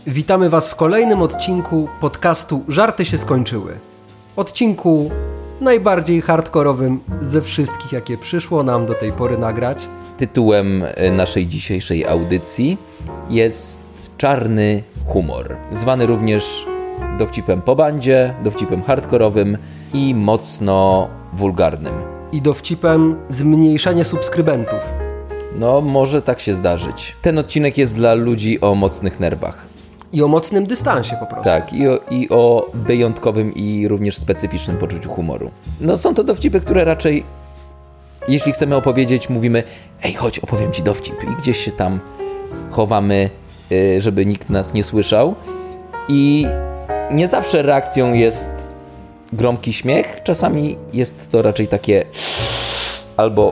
Witamy Was w kolejnym odcinku podcastu Żarty się skończyły. Odcinku najbardziej hardkorowym ze wszystkich, jakie przyszło nam do tej pory nagrać. Tytułem naszej dzisiejszej audycji jest Czarny humor, zwany również dowcipem po bandzie, dowcipem hardkorowym i mocno wulgarnym. I dowcipem zmniejszenie subskrybentów. No, może tak się zdarzyć. Ten odcinek jest dla ludzi o mocnych nerwach. I o mocnym dystansie po prostu. Tak, i o wyjątkowym i również specyficznym poczuciu humoru. No, są to dowcipy, które raczej, jeśli chcemy opowiedzieć, mówimy: ej, chodź, opowiem ci dowcip. I gdzieś się tam chowamy, żeby nikt nas nie słyszał. I nie zawsze reakcją jest gromki śmiech. Czasami jest to raczej takie albo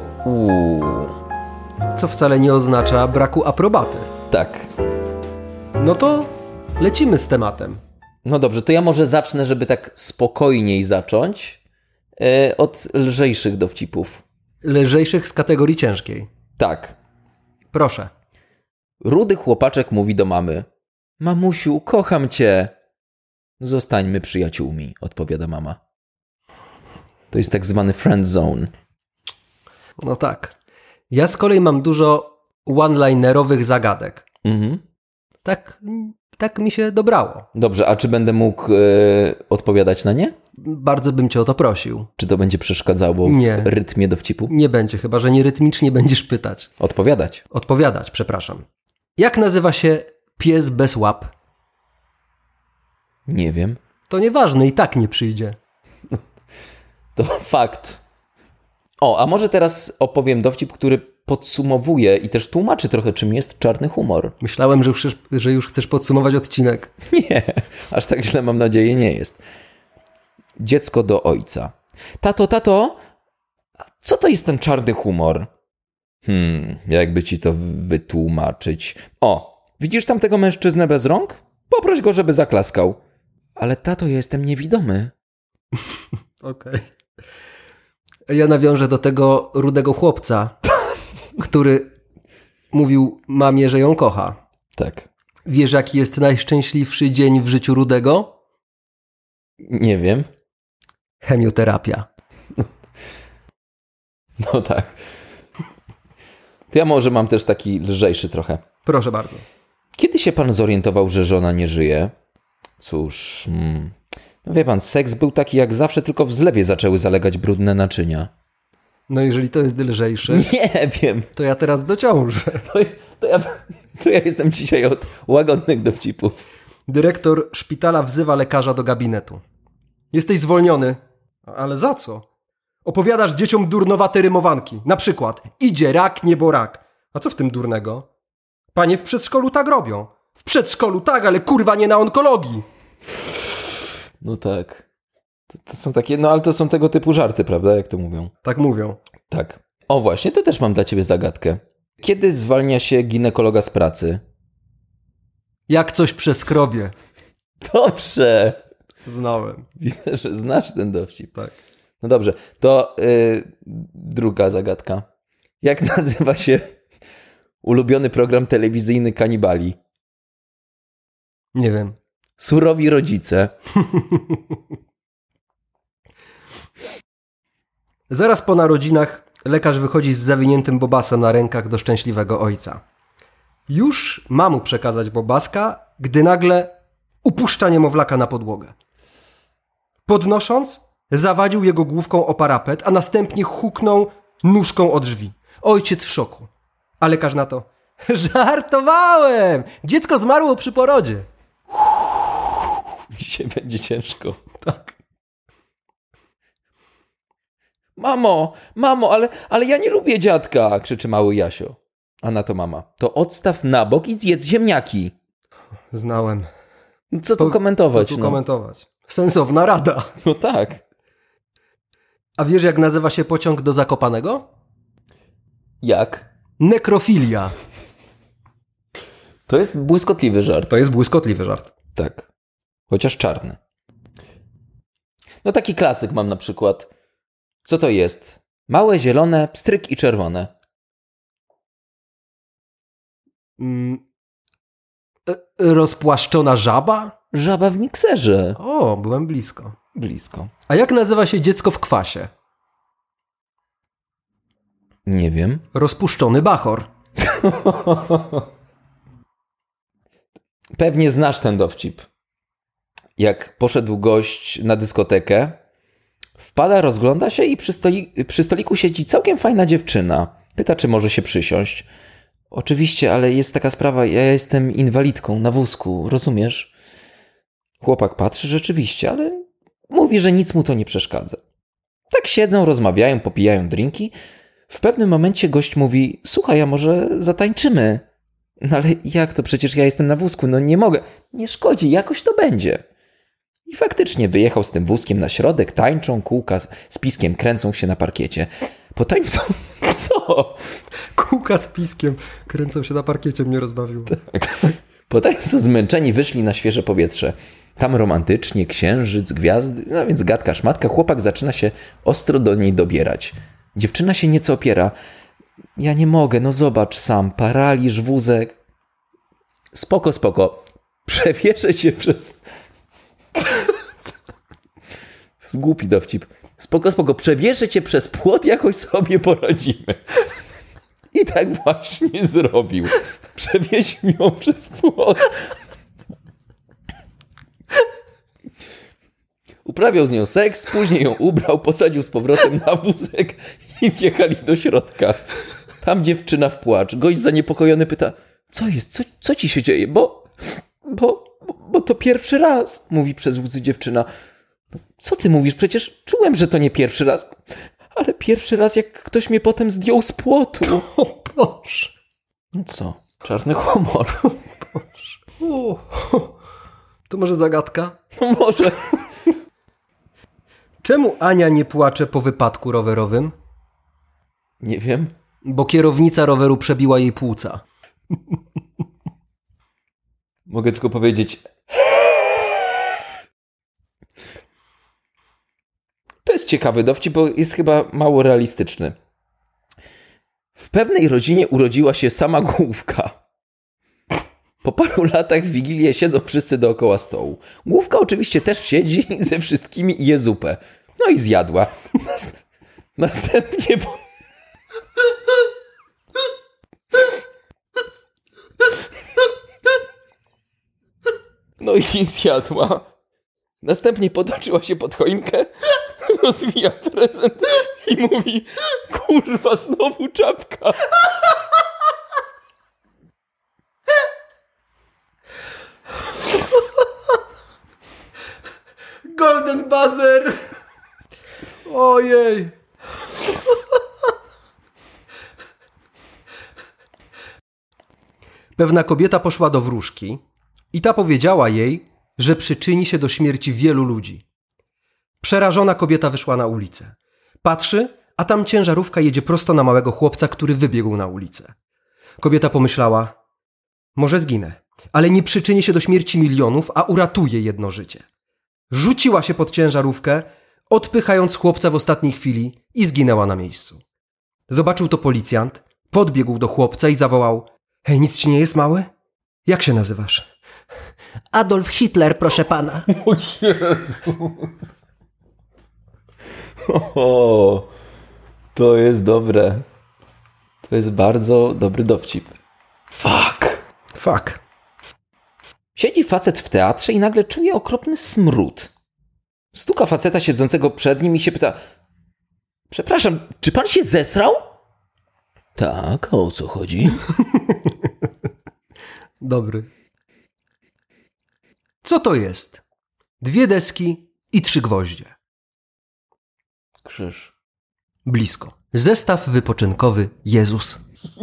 Co wcale nie oznacza braku aprobaty. Tak. No to lecimy z tematem. No dobrze, to ja może zacznę, żeby tak spokojniej zacząć od lżejszych dowcipów. Lżejszych z kategorii ciężkiej. Tak. Proszę. Rudy chłopaczek mówi do mamy: mamusiu, kocham cię. Zostańmy przyjaciółmi, odpowiada mama. To jest tak zwany friend zone. No tak. Ja z kolei mam dużo one-linerowych zagadek. Mhm. Tak mi się dobrało. Dobrze, a czy będę mógł odpowiadać na nie? Bardzo bym cię o to prosił. Czy to będzie przeszkadzało Nie. w rytmie dowcipu? Nie będzie, chyba że nie rytmicznie będziesz pytać. Odpowiadać. Odpowiadać, przepraszam. Jak nazywa się pies bez łap? Nie wiem. To nieważne, i tak nie przyjdzie. To fakt. O, a może teraz opowiem dowcip, który podsumowuje i też tłumaczy trochę, czym jest czarny humor. Myślałem, że już chcesz podsumować odcinek. Nie, aż tak źle, mam nadzieję, nie jest. Dziecko do ojca. Tato, co to jest ten czarny humor? Jakby ci to wytłumaczyć. O, widzisz tam tego mężczyznę bez rąk? Poproś go, żeby zaklaskał. Ale tato, ja jestem niewidomy. Okej. Ja nawiążę do tego rudego chłopca, który mówił mamie, że ją kocha. Tak. Wiesz, jaki jest najszczęśliwszy dzień w życiu rudego? Nie wiem. Chemioterapia. No tak. To ja może mam też taki lżejszy trochę. Proszę bardzo. Kiedy się pan zorientował, że żona nie żyje? Cóż, no wie pan, seks był taki jak zawsze, tylko w zlewie zaczęły zalegać brudne naczynia. No jeżeli to jest lżejsze, Nie wiem. to ja teraz dociążę. To ja jestem dzisiaj od łagodnych dowcipów. Dyrektor szpitala wzywa lekarza do gabinetu. Jesteś zwolniony. Ale za co? Opowiadasz dzieciom durnowate rymowanki. Na przykład: idzie rak, niebo rak. A co w tym durnego? Panie w przedszkolu tak robią. W przedszkolu tak, ale kurwa nie na onkologii. No tak. To są takie, no ale to są tego typu żarty, prawda? Jak to mówią. Tak mówią. Tak. O właśnie, to też mam dla ciebie zagadkę. Kiedy zwalnia się ginekologa z pracy? Jak coś przeskrobie. Dobrze. Znałem. Widzę, że znasz ten dowcip. Tak. No dobrze, to druga zagadka. Jak nazywa się ulubiony program telewizyjny kanibali? Nie wiem. Surowi rodzice. Zaraz po narodzinach lekarz wychodzi z zawiniętym bobasem na rękach do szczęśliwego ojca. Już ma mu przekazać bobaska, gdy nagle upuszcza niemowlaka na podłogę. Podnosząc, zawadził jego główką o parapet, a następnie huknął nóżką o drzwi. Ojciec w szoku. A lekarz na to: żartowałem! Dziecko zmarło przy porodzie. Dzisiaj będzie ciężko. Tak. Mamo, ale ja nie lubię dziadka, krzyczy mały Jasio. A na to mama: to odstaw na bok i zjedz ziemniaki. Znałem. Co tu komentować? Co tu komentować? Sensowna rada. No tak. A wiesz, jak nazywa się pociąg do Zakopanego? Jak? Nekrofilia. To jest błyskotliwy żart. To jest błyskotliwy żart. Tak. Chociaż czarny. No taki klasyk mam na przykład. Co to jest? Małe, zielone, pstryk i czerwone. Rozpłaszczona żaba? Żaba w mikserze. O, byłem blisko. Blisko. A jak nazywa się dziecko w kwasie? Nie wiem. Rozpuszczony bachor. Pewnie znasz ten dowcip. Jak poszedł gość na dyskotekę, wpada, rozgląda się i przy stoliku siedzi całkiem fajna dziewczyna. Pyta, czy może się przysiąść. Oczywiście, ale jest taka sprawa, ja jestem inwalidką na wózku, rozumiesz? Chłopak patrzy, rzeczywiście, ale mówi, że nic mu to nie przeszkadza. Tak siedzą, rozmawiają, popijają drinki. W pewnym momencie gość mówi, słuchaj, a może zatańczymy? No ale jak to? Przecież ja jestem na wózku, no nie mogę. Nie szkodzi, jakoś to będzie. I faktycznie wyjechał z tym wózkiem na środek, tańczą, kółka z piskiem kręcą się na parkiecie. Po tańcu... Co? Kółka z piskiem kręcą się na parkiecie, mnie rozbawiło. Tak. Po tańcu zmęczeni wyszli na świeże powietrze. Tam romantycznie, księżyc, gwiazdy, no więc gadka, szmatka. Chłopak zaczyna się ostro do niej dobierać. Dziewczyna się nieco opiera. Ja nie mogę, no zobacz sam, paraliż, wózek. Spoko. Przewieszę cię przez... Głupi dowcip. Spoko, przewieszę cię przez płot, jakoś sobie poradzimy. I tak właśnie zrobił. Przewiesił ją przez płot. Uprawiał z nią seks, później ją ubrał, posadził z powrotem na wózek i wjechali do środka. Tam dziewczyna w płacz. Gość zaniepokojony pyta, co jest, co ci się dzieje? Bo to pierwszy raz, mówi przez łzy dziewczyna. Co ty mówisz? Przecież czułem, że to nie pierwszy raz. Ale pierwszy raz, jak ktoś mnie potem zdjął z płotu. O Boże. No co? Czarny humor. Boże. To może zagadka? No może. Czemu Ania nie płacze po wypadku rowerowym? Nie wiem. Bo kierownica roweru przebiła jej płuca. Mogę tylko powiedzieć... To jest ciekawy dowcip, bo jest chyba mało realistyczny. W pewnej rodzinie urodziła się sama Główka. Po paru latach w Wigilię siedzą wszyscy dookoła stołu. Główka oczywiście też siedzi ze wszystkimi i je zupę. No i zjadła. Następnie... No i zjadła. Następnie potoczyła się pod choinkę, rozwija prezent i mówi: kurwa, znowu czapka. Golden buzzer! Ojej! Pewna kobieta poszła do wróżki i ta powiedziała jej, że przyczyni się do śmierci wielu ludzi. Przerażona kobieta wyszła na ulicę. Patrzy, a tam ciężarówka jedzie prosto na małego chłopca, który wybiegł na ulicę. Kobieta pomyślała: może zginę, ale nie przyczynię się do śmierci milionów, a uratuję jedno życie. Rzuciła się pod ciężarówkę, odpychając chłopca w ostatniej chwili i zginęła na miejscu. Zobaczył to policjant, podbiegł do chłopca i zawołał: hej, nic ci nie jest, mały? Jak się nazywasz? Adolf Hitler, proszę pana. O Jezu. O, to jest dobre. To jest bardzo dobry dowcip. Fuck. Siedzi facet w teatrze i nagle czuje okropny smród. Stuka faceta siedzącego przed nim i się pyta: przepraszam, czy pan się zesrał? Tak, a o co chodzi? Dobry. Co to jest? 2 deski i 3 gwoździe. Krzyż. Blisko. Zestaw wypoczynkowy Jezus.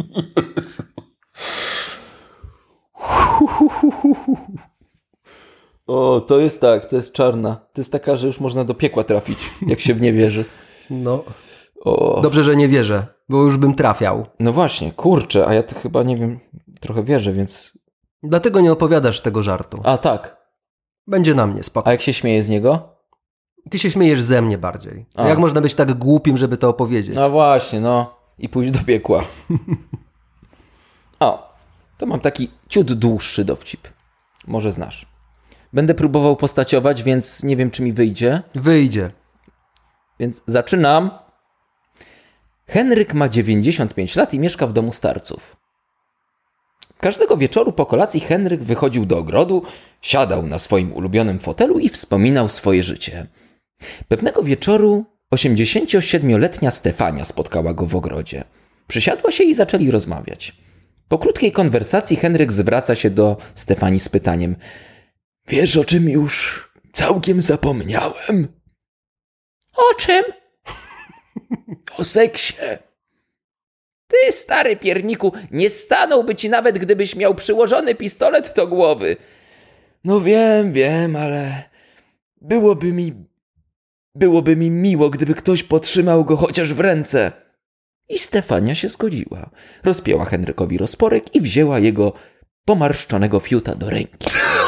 O, to jest tak, to jest czarna. To jest taka, że już można do piekła trafić, jak się w nie wierzy. No. O. Dobrze, że nie wierzę, bo już bym trafiał. No właśnie, kurczę, a ja to chyba, nie wiem, trochę wierzę, więc... Dlatego nie opowiadasz tego żartu. A, tak. Będzie na mnie, spoko. A jak się śmieje z niego? Ty się śmiejesz ze mnie bardziej. A. Jak można być tak głupim, żeby to opowiedzieć? No właśnie, no. I pójść do piekła. O. To mam taki ciut dłuższy dowcip. Może znasz. Będę próbował postaciować, więc nie wiem, czy mi wyjdzie. Wyjdzie. Więc zaczynam. Henryk ma 95 lat i mieszka w domu starców. Każdego wieczoru po kolacji Henryk wychodził do ogrodu, siadał na swoim ulubionym fotelu i wspominał swoje życie. Pewnego wieczoru 87-letnia Stefania spotkała go w ogrodzie. Przysiadła się i zaczęli rozmawiać. Po krótkiej konwersacji Henryk zwraca się do Stefanii z pytaniem: wiesz, o czym już całkiem zapomniałem? O czym? O seksie. Ty, stary pierniku, nie stanąłby ci nawet, gdybyś miał przyłożony pistolet do głowy. No wiem, ale byłoby mi miło, gdyby ktoś potrzymał go chociaż w ręce. I Stefania się zgodziła. Rozpięła Henrykowi rozporek i wzięła jego pomarszczonego fiuta do ręki.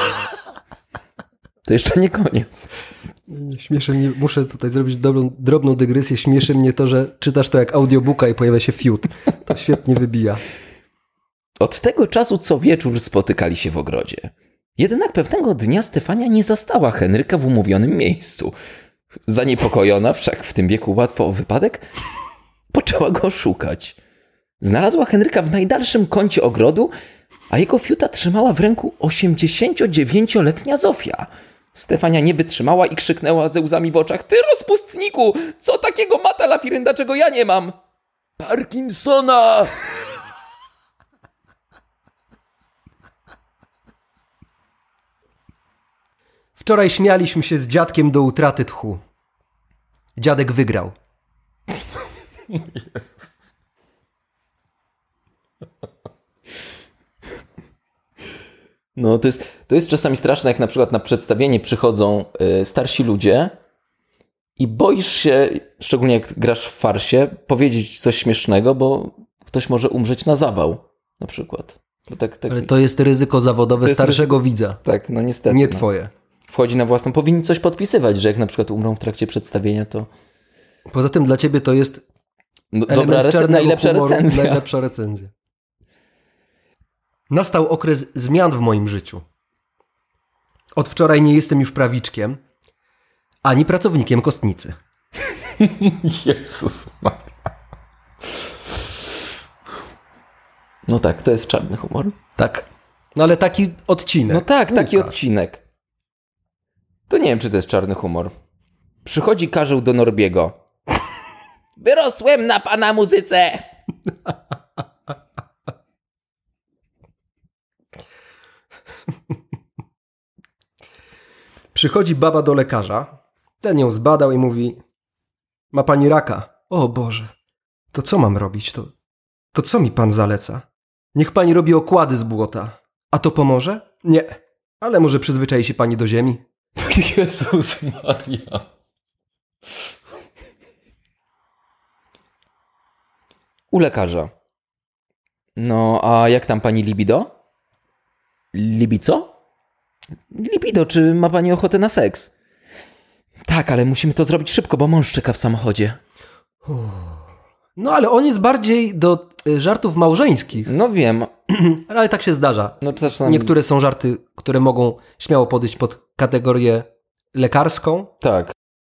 To jeszcze nie koniec. Śmieszy mnie, muszę tutaj zrobić drobną dygresję. Śmieszy mnie to, że czytasz to jak audiobooka i pojawia się fiut. To świetnie wybija. Od tego czasu co wieczór spotykali się w ogrodzie. Jednak pewnego dnia Stefania nie zastała Henryka w umówionym miejscu. Zaniepokojona, wszak w tym wieku łatwo o wypadek, poczęła go szukać. Znalazła Henryka w najdalszym kącie ogrodu, a jego fiuta trzymała w ręku 89-letnia Zofia. Stefania nie wytrzymała i krzyknęła ze łzami w oczach: ty rozpustniku, co takiego ma ta lafirynda, czego ja nie mam? Parkinsona! Wczoraj śmialiśmy się z dziadkiem do utraty tchu. Dziadek wygrał. No, to jest czasami straszne, jak na przykład na przedstawienie przychodzą starsi ludzie i boisz się, szczególnie jak grasz w farsie, powiedzieć coś śmiesznego, bo ktoś może umrzeć na zawał, na przykład. Bo tak... Ale to jest ryzyko zawodowe starszego widza. Tak, no niestety. Nie twoje. Wchodzi na własną, powinni coś podpisywać, że jak na przykład umrą w trakcie przedstawienia, to... Poza tym dla ciebie to jest najlepsza recenzja. Nastał okres zmian w moim życiu. Od wczoraj nie jestem już prawiczkiem, ani pracownikiem kostnicy. Jezus Maria. No tak, to jest czarny humor. Tak. No ale taki odcinek. No tak, taki odcinek. To nie wiem, czy to jest czarny humor. Przychodzi Karzeł do Norbiego. Wyrosłem na pana muzyce! Przychodzi baba do lekarza. Ten ją zbadał i mówi: ma pani raka. O Boże, to co mam robić? To co mi pan zaleca? Niech pani robi okłady z błota. A to pomoże? Nie. Ale może przyzwyczai się pani do ziemi? Jezus Maria. U lekarza. No, a jak tam pani libido? Co? Libido, czy ma pani ochotę na seks? Tak, ale musimy to zrobić szybko, bo mąż czeka w samochodzie. No, ale on jest bardziej do żartów małżeńskich. No wiem. Ale tak się zdarza. No, niektóre są żarty, które mogą śmiało podejść pod kategorię lekarską. Tak.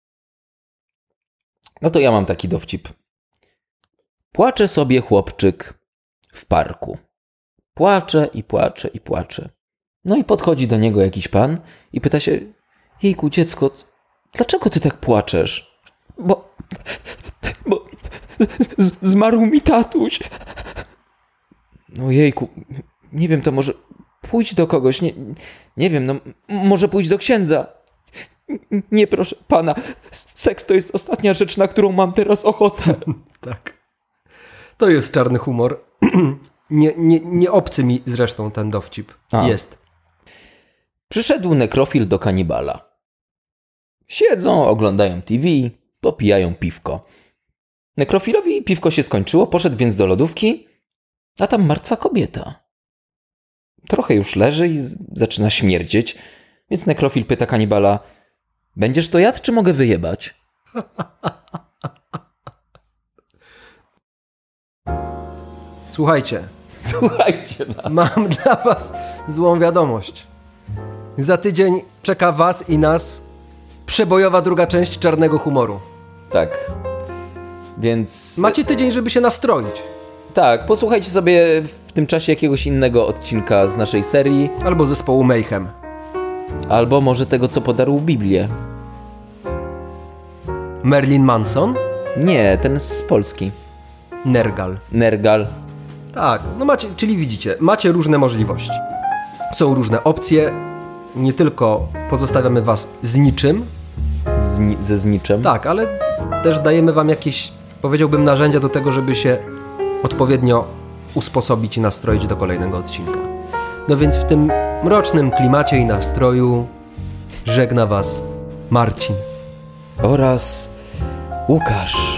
No to ja mam taki dowcip. Płacze sobie chłopczyk w parku. Płacze i płacze i płacze. No i podchodzi do niego jakiś pan i pyta się: jejku, dziecko, dlaczego ty tak płaczesz? Bo zmarł mi tatuś. No jejku, nie wiem, to może pójdź do kogoś, nie wiem, no może pójdź do księdza. Nie, proszę pana, seks to jest ostatnia rzecz, na którą mam teraz ochotę. Tak. To jest czarny humor. Nie obcy mi zresztą ten dowcip. Jest. Przyszedł nekrofil do kanibala. Siedzą, oglądają TV, popijają piwko. Nekrofilowi piwko się skończyło, poszedł więc do lodówki, a tam martwa kobieta. Trochę już leży i zaczyna śmierdzieć, więc nekrofil pyta kanibala: będziesz to jadł, czy mogę wyjebać? Słuchajcie, Słuchajcie nas. Mam dla was złą wiadomość. Za tydzień czeka was i nas przebojowa druga część Czarnego Humoru. Tak. Więc... Macie tydzień, żeby się nastroić. Tak, posłuchajcie sobie w tym czasie jakiegoś innego odcinka z naszej serii. Albo zespołu Mayhem. Albo może tego, co podarł Biblię. Marilyn Manson? Nie, ten z Polski. Nergal. Nergal. Tak, no macie, czyli widzicie, macie różne możliwości. Są różne opcje. Nie tylko pozostawiamy was z niczym. Ze zniczem. Tak, ale też dajemy wam jakieś, powiedziałbym, narzędzia do tego, żeby się odpowiednio usposobić i nastroić do kolejnego odcinka. No więc w tym mrocznym klimacie i nastroju żegna was Marcin oraz Łukasz.